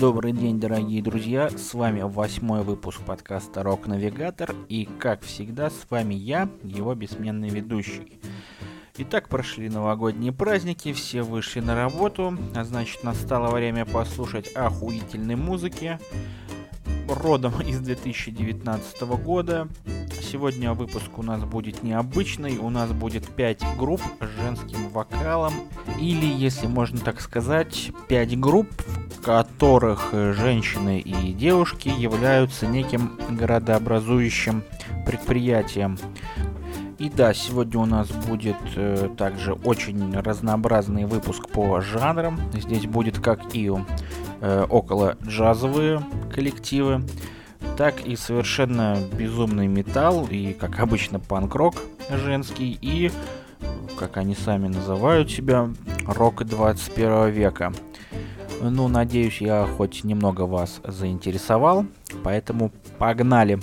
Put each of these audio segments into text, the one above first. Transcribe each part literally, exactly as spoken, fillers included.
Добрый день, дорогие друзья, с вами восьмой выпуск подкаста «Рок-навигатор», и, как всегда, с вами я, его бессменный ведущий. Итак, прошли новогодние праздники, все вышли на работу, а значит, настало время послушать охуительной музыки, родом из две тысячи девятнадцатого года. Сегодня выпуск у нас будет необычный, у нас будет пять групп с женским вокалом, или, если можно так сказать, пять групп, в которых женщины и девушки являются неким городообразующим предприятием. И да, сегодня у нас будет э, также очень разнообразный выпуск по жанрам. Здесь будет как и э, около джазовые коллективы, так и совершенно безумный металл, и, как обычно, панк-рок женский, и, как они сами называют себя, рок двадцать первого века. Ну, надеюсь, я хоть немного вас заинтересовал, поэтому погнали!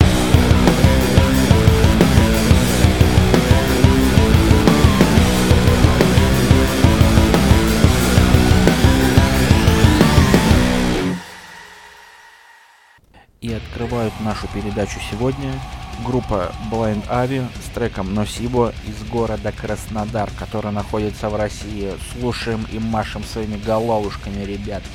И открывают нашу передачу сегодня группа Blind Avi с треком Nocebo из города Краснодар, который находится в России. Слушаем и машем своими головушками, ребятки.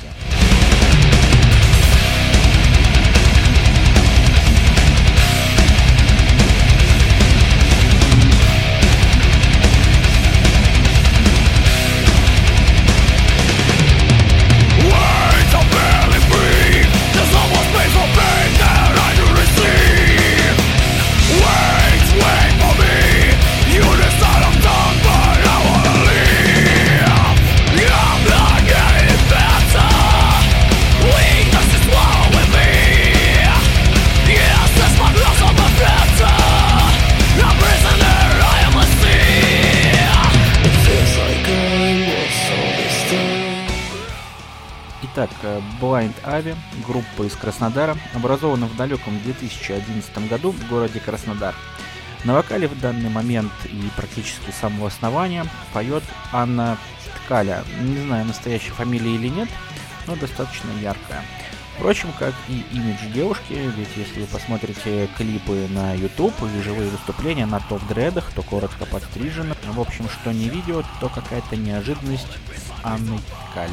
Итак, Blind Avi, группа из Краснодара, образована в далеком две тысячи одиннадцатом году в городе Краснодар. На вокале в данный момент и практически с самого основания поет Анна Ткаля. Не знаю, настоящей фамилии или нет, но достаточно яркая. Впрочем, как и имидж девушки, ведь если вы посмотрите клипы на YouTube или живые выступления на топ-дредах, то коротко подстрижено. В общем, что не видео, то какая-то неожиданность с Анной Ткалей.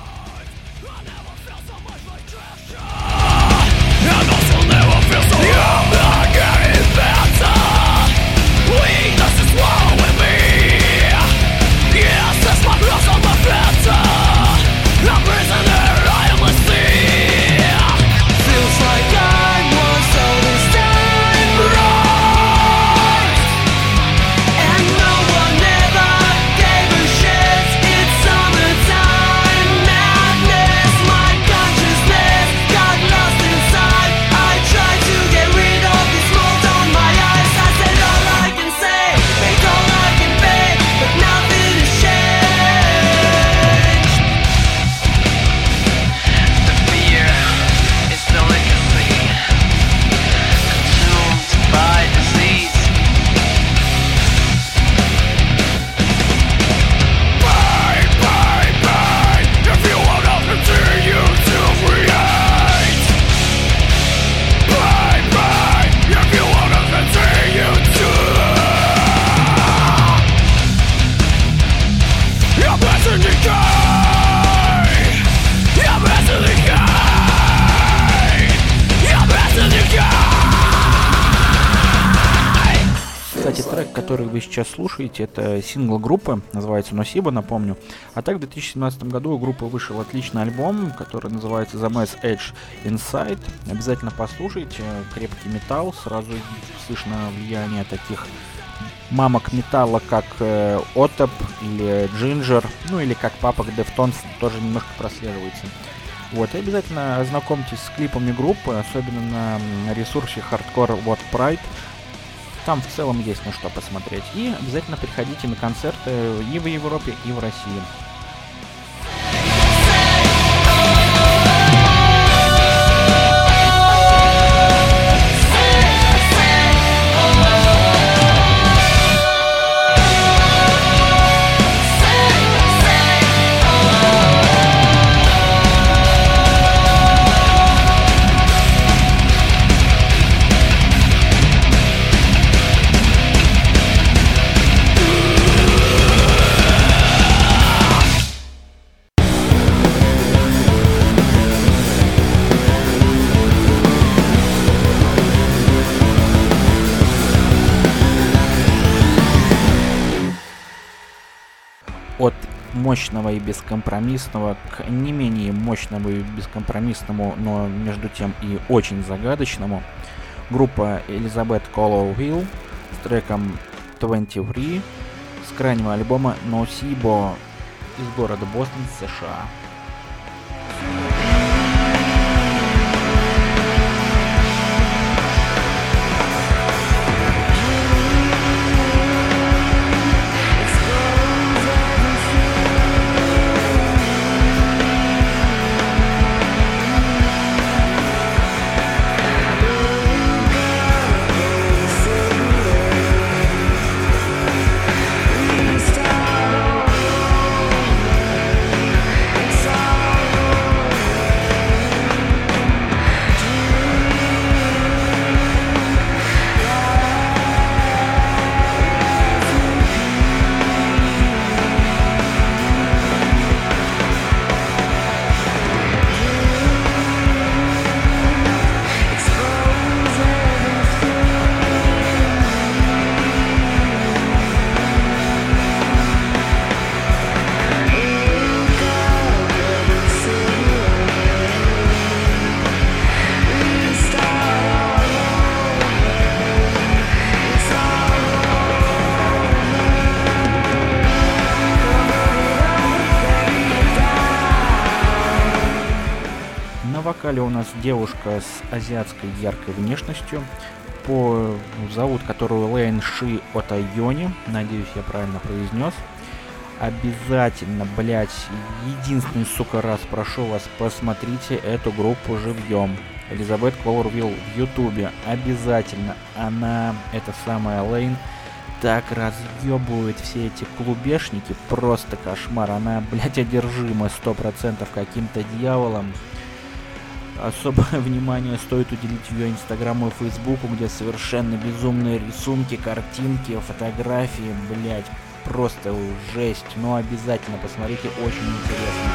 Кстати, трек, который вы сейчас слушаете, это сингл группы, называется Nocebo, напомню. А так, в две тысячи семнадцатом году у группы вышел отличный альбом, который называется The Mass Edge Inside. Обязательно послушайте, крепкий металл, сразу слышно влияние таких мамок металла, как э, Otop или Ginger, ну или как папок Deftones, тоже немножко прослеживается. Вот, и обязательно ознакомьтесь с клипами группы, особенно на ресурсе Hardcore What Pride. Там в целом есть на что посмотреть. И обязательно приходите на концерты и в Европе, и в России. мощного и бескомпромиссного к не менее мощному и бескомпромиссному, но между тем и очень загадочному. Группа Elizabeth Colorville с треком двадцать три с крайнего альбома Nocebo из города Бостон, США. У нас девушка с азиатской яркой внешностью, по зовут которую Лейн Ши Отайони, надеюсь, я правильно произнес. Обязательно, блять, единственный, сука, раз прошу вас, посмотрите эту группу живьем. Elizabeth Colorville в ютубе, обязательно. Она, эта самая Лейн, так разъебывает все эти клубешники, просто кошмар. Она, блять, одержима сто процентов каким-то дьяволом. Особое внимание стоит уделить ее инстаграму и фейсбуку, где совершенно безумные рисунки, картинки, фотографии, блять, просто жесть. Но обязательно посмотрите, очень интересно.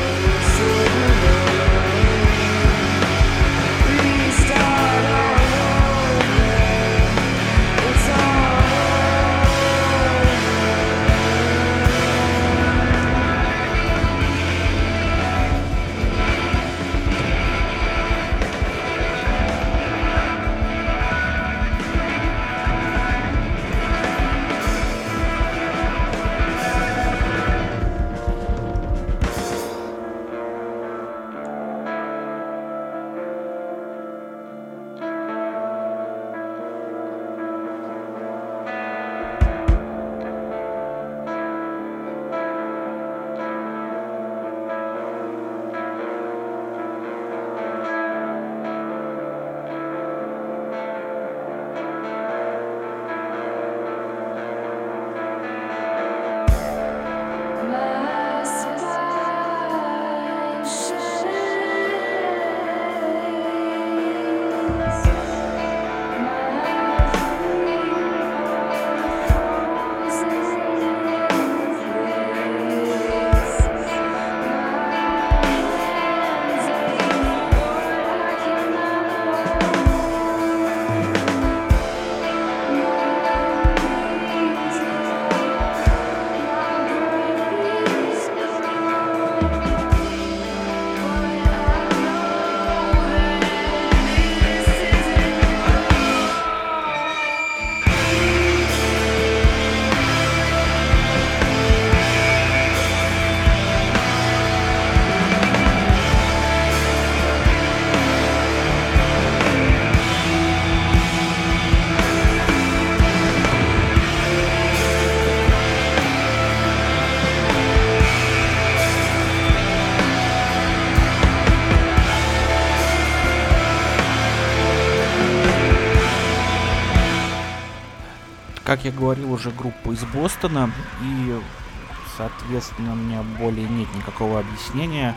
Как я говорил, уже группа из Бостона, и, соответственно, у меня более нет никакого объяснения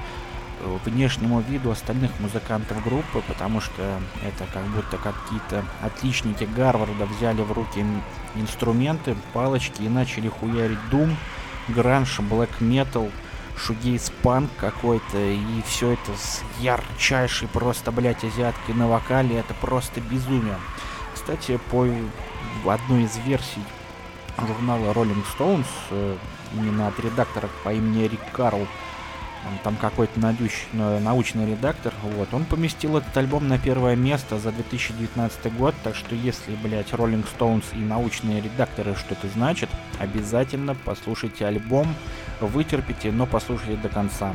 внешнему виду остальных музыкантов группы, потому что это как будто какие-то отличники Гарварда взяли в руки инструменты, палочки и начали хуярить дум, гранж, блэк метал, шугейс-панк какой-то, и все это с ярчайшей просто, блять, азиаткой на вокале. Это просто безумие. Кстати, по одной из версий журнала Rolling Stones, именно от редактора по имени Рик Карл. Он там какой-то надющий, научный редактор, вот. Он поместил этот альбом на первое место за две тысячи девятнадцатый год, так что если, блять, Rolling Stones и научные редакторы что-то значат, обязательно послушайте альбом, вытерпите, но послушайте до конца.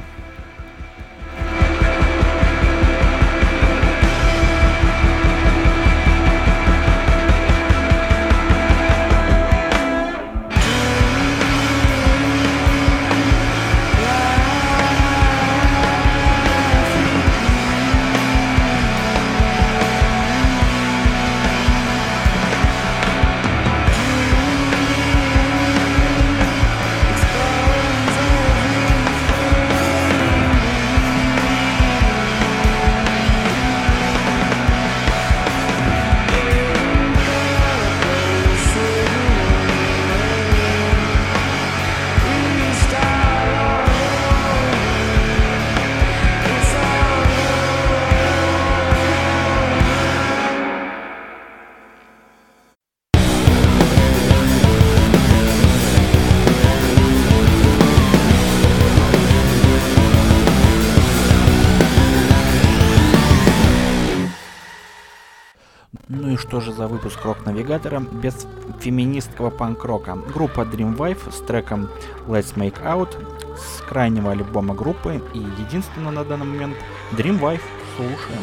Ну и что же за выпуск рок-навигатора без феминистского панк-рока? Группа Dream Wife с треком Let's Make Out с крайнего альбома группы и единственного на данный момент Dream Wife. Слушаем.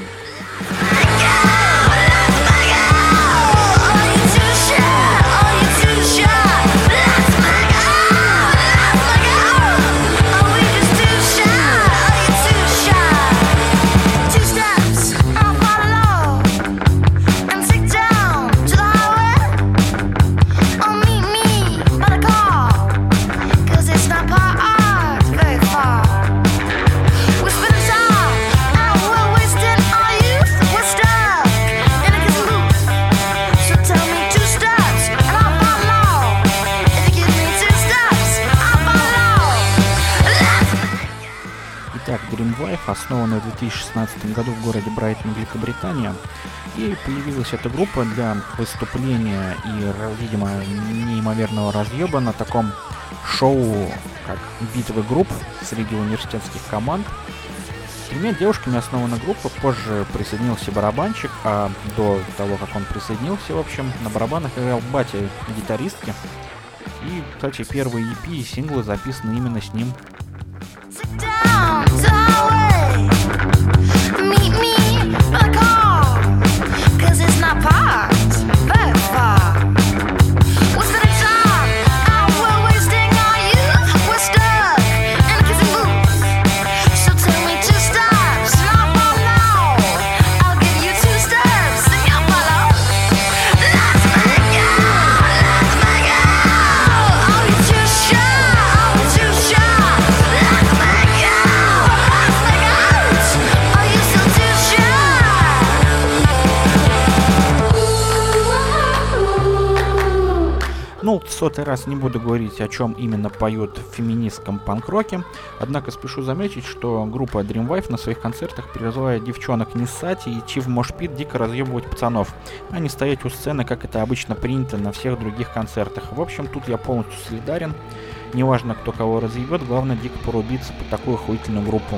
Dream Wife, основанная в две тысячи шестнадцатом году в городе Брайтон, Великобритания. И появилась эта группа для выступления и, видимо, неимоверного разъеба на таком шоу, как битвы групп среди университетских команд. Тремя девушками основана группа, позже присоединился барабанщик, а до того, как он присоединился, в общем, на барабанах играл батя гитаристки. И, кстати, первые и пи и синглы записаны именно с ним. Ну, в сотый раз не буду говорить, о чем именно поют в феминистском панк-роке, однако спешу заметить, что группа Dream Wife на своих концертах призывает девчонок не ссать и идти в мошпит дико разъебывать пацанов, а не стоять у сцены, как это обычно принято на всех других концертах. В общем, тут я полностью солидарен. Неважно, кто кого разъебет, главное дико порубиться под такую охуительную группу.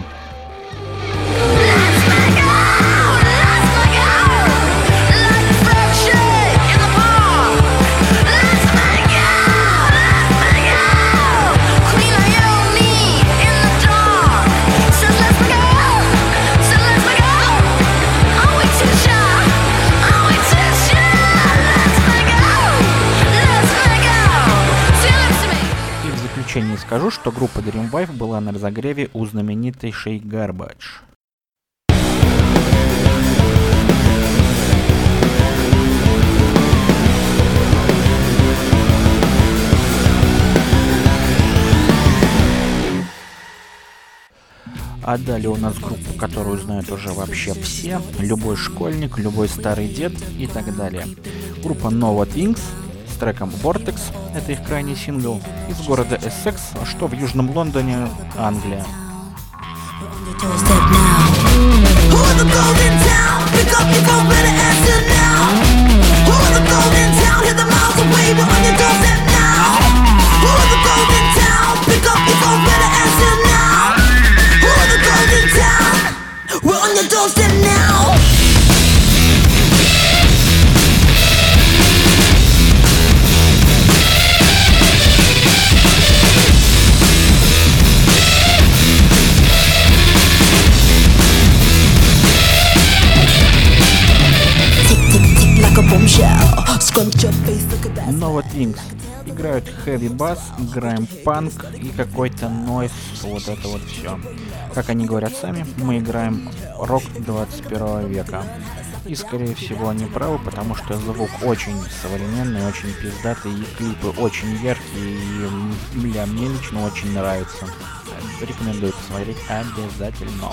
Не скажу, что группа Dream Wife была на разогреве у знаменитой Shake Garbage. А далее у нас группа, которую знают уже вообще все, любой школьник, любой старый дед и так далее. Группа Nova Twins с треком Vortex, это их крайний сингл, из города Эссекс, что в Южном Лондоне, Англия. Who снова Twinks. Играют heavy bass, играем панк и какой-то нойз, вот это вот все. Как они говорят сами, мы играем рок двадцать первого века. И скорее всего они правы, потому что звук очень современный, очень пиздатый, и клипы очень яркие, и бля, мне лично очень нравится. Рекомендую посмотреть обязательно.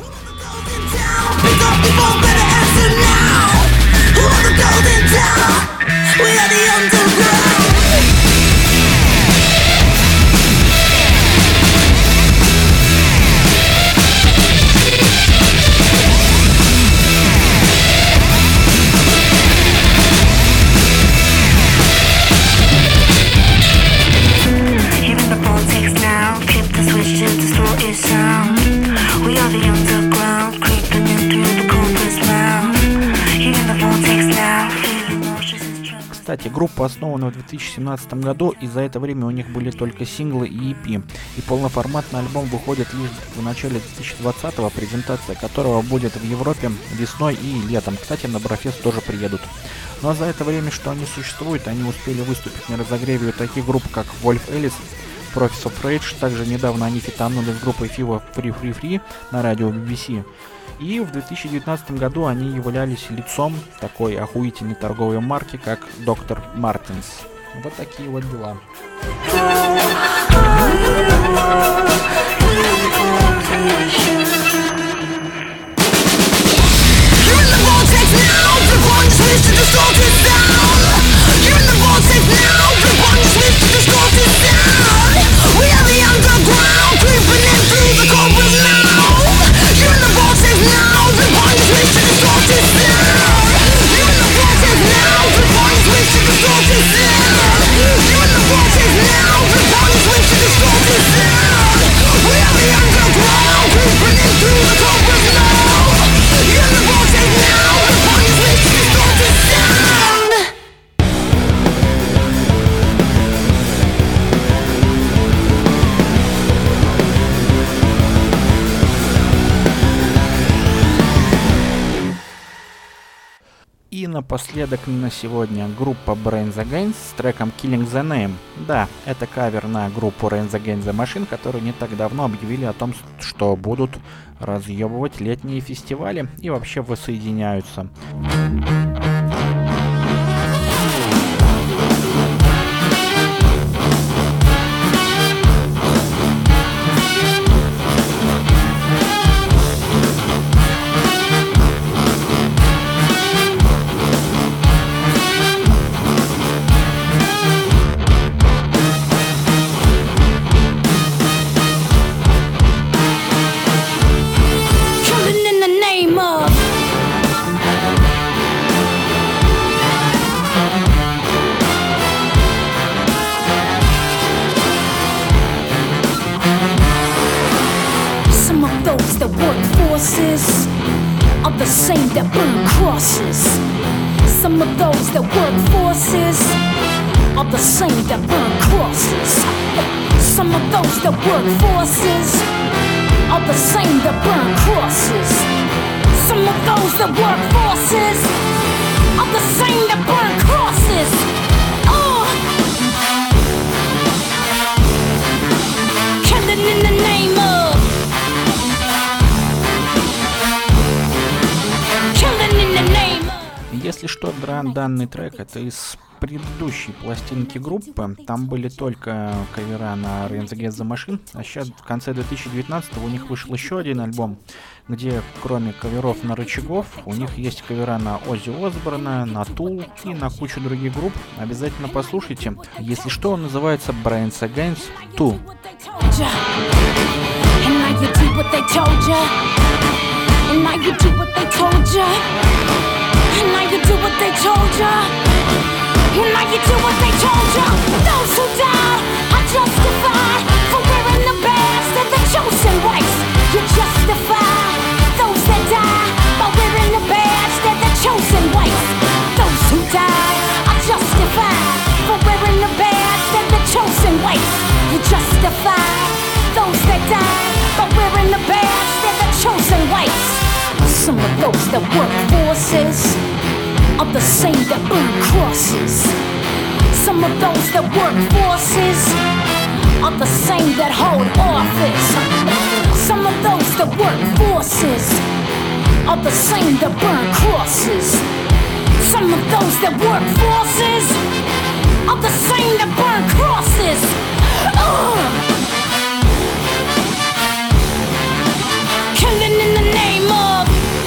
Кстати, группа основана в две тысячи семнадцатом году, и за это время у них были только синглы и и пи. И полноформатный альбом выходит лишь в начале две тысячи двадцатого, презентация которого будет в Европе весной и летом. Кстати, на Брофест тоже приедут. Ну а за это время, что они существуют, они успели выступить на разогреве у таких групп, как Wolf Alice, Prophets of Rage. Также недавно они фитанули с группой Fiva Free Free Free на радио би би си. И в две тысячи девятнадцатом году они являлись лицом такой охуительной торговой марки, как доктор Мартинс. Вот такие вот дела. И напоследок на сегодня группа Brains Against с треком Killing the Name. Да, это кавер на группу Brains Against the Machine, которые не так давно объявили о том, что будут разъебывать летние фестивали и вообще воссоединяются. Are the same that burn crosses. Some of those that work forces are the same that burn crosses. Some of those that work forces are the same that burn crosses. Some of those that work forces are the same that burn crosses. Oh, killing in the name of. Если что, данный трек это из предыдущей пластинки группы. Там были только кавера на Rage Against the Machine, а сейчас в конце две тысячи девятнадцатого у них вышел еще один альбом, где кроме каверов на рычагов, у них есть кавера на Оззи Осборна, на Tool и на кучу других групп. Обязательно послушайте. Если что, он называется Brains Against Tool. And now you do what they told ya. And now you do what they told ya. And now you do what they told ya. Those who die are justified for wearing the badge. They're the chosen race. You justify those that die by wearing the badge. They're the chosen race. Those who die are justified for wearing the badge. They're the chosen race. You justify those that die by wearing the badge. They're the chosen race. Some of those that work forces are the same that burn crosses. Some of those that work forces are the same that hold office. Some of those that work forces are the same that burn crosses. Some of those that work forces are the same that burn crosses. Ugh. Killing in the name of.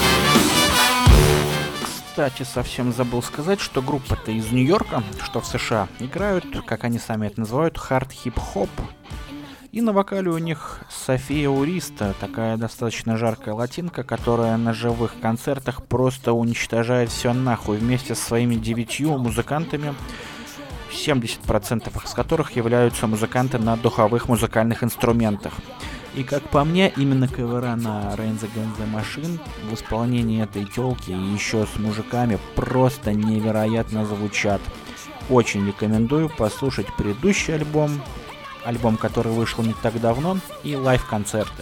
Кстати, совсем забыл сказать, что группа-то из Нью-Йорка, что в США, играют, как они сами это называют, хард-хип-хоп. И на вокале у них София Уриста, такая достаточно жаркая латинка, которая на живых концертах просто уничтожает все нахуй вместе со своими девятью музыкантами, семьдесят процентов из которых являются музыканты на духовых музыкальных инструментах. И как по мне, именно кавера на Rage Against the Machine в исполнении этой тёлки и еще с мужиками просто невероятно звучат. Очень рекомендую послушать предыдущий альбом, альбом, который вышел не так давно, и лайв-концерты.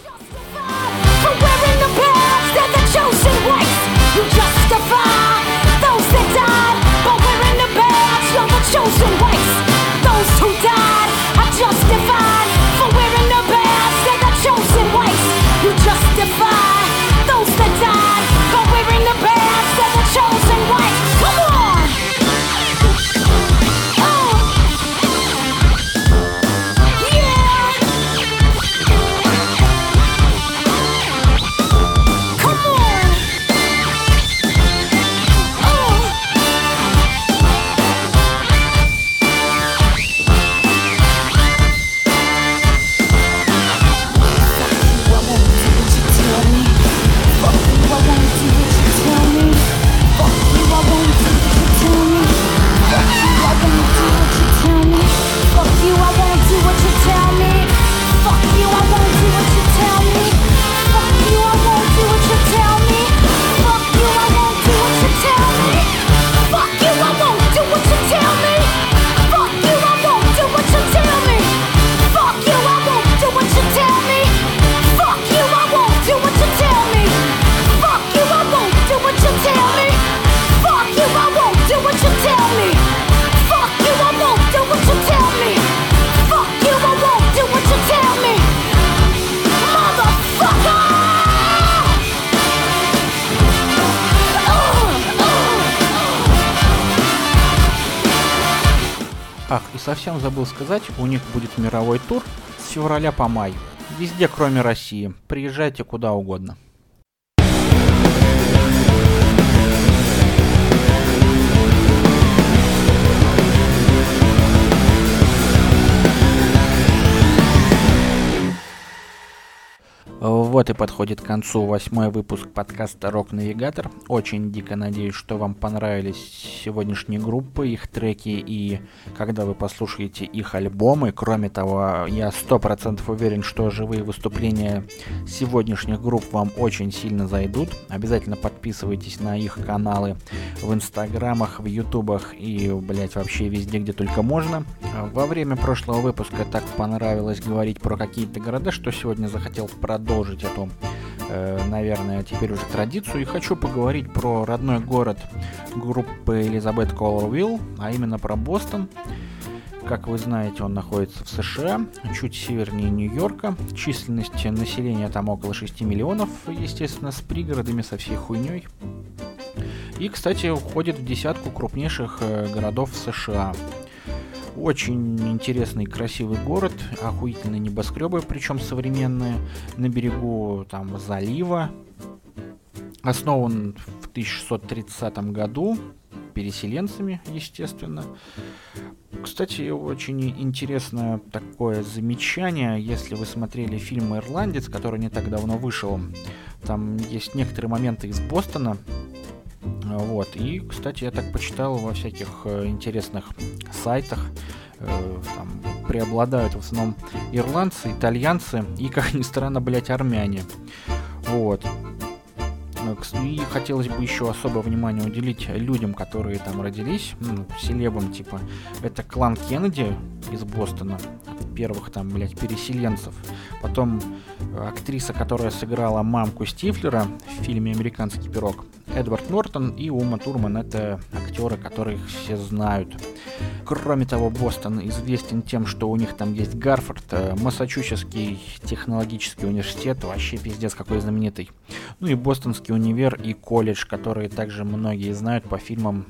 Ах, и совсем забыл сказать, у них будет мировой тур с февраля по май. Везде, кроме России. Приезжайте куда угодно. Вот и подходит к концу восьмой выпуск подкаста «Рок-навигатор». Очень дико надеюсь, что вам понравились сегодняшние группы, их треки и когда вы послушаете их альбомы. Кроме того, я сто процентов уверен, что живые выступления сегодняшних групп вам очень сильно зайдут. Обязательно подписывайтесь на их каналы в инстаграмах, в ютубах и, блять, вообще везде, где только можно. Во время прошлого выпуска так понравилось говорить про какие-то города, что сегодня захотел продолжить эту, э, наверное, теперь уже традицию. И хочу поговорить про родной город группы Элизабет Колорвилл, а именно про Бостон. Как вы знаете, он находится в США, чуть севернее Нью-Йорка. Численность населения там около шести миллионов, естественно, с пригородами, со всей хуйней. И, кстати, входит в десятку крупнейших э, городов США. Очень интересный и красивый город, охуительные небоскребы, причем современные, на берегу там залива. Основан в тысяча шестьсот тридцатом году переселенцами, естественно. Кстати, очень интересное такое замечание, если вы смотрели фильм «Ирландец», который не так давно вышел. Там есть некоторые моменты из Бостона. Вот. И, кстати, я так почитал во всяких э, интересных сайтах, э, там преобладают в основном ирландцы, итальянцы и, как ни странно, блять, армяне. Вот. И хотелось бы еще особое внимание уделить людям, которые там родились, ну, селебам, типа, это клан Кеннеди из Бостона, первых там, блядь, переселенцев. Потом актриса, которая сыграла мамку Стифлера в фильме «Американский пирог», Эдвард Нортон, и Ума Турман, это актеры, которых все знают. Кроме того, Бостон известен тем, что у них там есть Гарвард, Массачусетский технологический университет, вообще пиздец какой знаменитый. Ну и Бостонский универ и колледж, которые также многие знают по фильмам,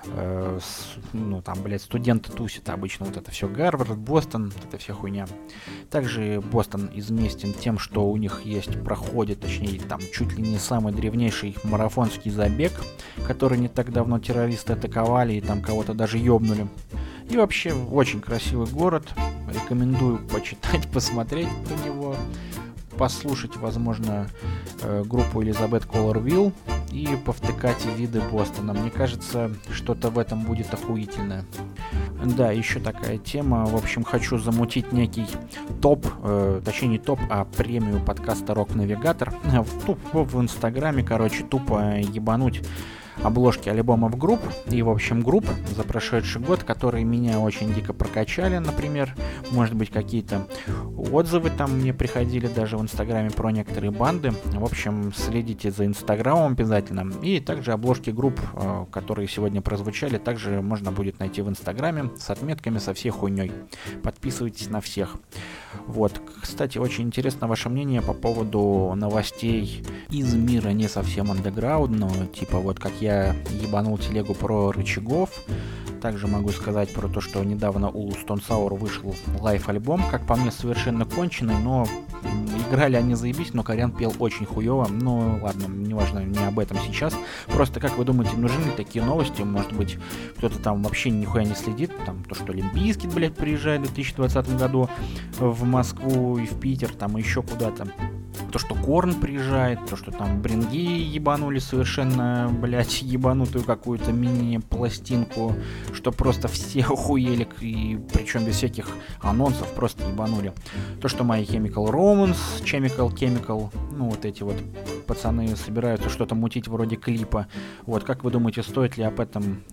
э, с, ну там, блядь, студенты тусят обычно, вот это все Гарвард, Бостон, вот это вся хуйня. Также Бостон известен тем, что у них есть, проходит, точнее, там чуть ли не самый древнейший марафонский забег, который не так давно террористы атаковали и там кого-то даже ёбнули. И вообще очень красивый город, рекомендую почитать, посмотреть про него, послушать, возможно, группу Элизабет Колорвилл и повтыкать виды Бостона. Мне кажется, что-то в этом будет охуительное. Да, еще такая тема. В общем, хочу замутить некий топ, э, точнее не топ, а премию подкаста Rock Navigator. В, в Инстаграме, короче, тупо ебануть обложки альбомов групп и, в общем, групп за прошедший год, которые меня очень дико прокачали, например. Может быть, какие-то отзывы там мне приходили даже в Инстаграме про некоторые банды. В общем, следите за Инстаграмом обязательно. И также обложки групп, которые сегодня прозвучали, также можно будет найти в Инстаграме с отметками, со всей хуйней. Подписывайтесь на всех. Вот. Кстати, очень интересно ваше мнение по поводу новостей из мира не совсем андеграундного, типа вот как я ебанул телегу про рычагов. Также могу сказать про то, что недавно у Stone Sour вышел лайв-альбом, как по мне совершенно конченый, но играли они заебись, но Корян пел очень хуёво. Ну ладно, неважно, не об этом сейчас. Просто как вы думаете, нужны ли такие новости? Может быть, кто-то там вообще нихуя не следит, там то, что Limp Bizkit, блядь, приезжает в две тысячи двадцатом году в Москву и в Питер, там еще куда-то. То, что Корн приезжает, то, что там Бринги ебанули совершенно, блядь, ебанутую какую-то мини-пластинку, что просто все охуели, и причем без всяких анонсов, просто ебанули. То, что My Chemical Romance, Chemical Chemical, ну вот эти вот пацаны собираются что-то мутить вроде клипа. Вот, как вы думаете, стоит ли об этом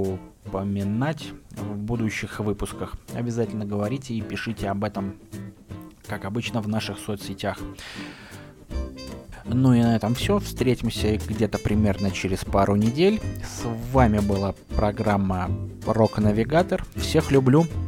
упоминать в будущих выпусках? Обязательно говорите и пишите об этом, как обычно, в наших соцсетях. Ну и на этом все. Встретимся где-то примерно через пару недель. С вами была программа Rock Navigator. Всех люблю.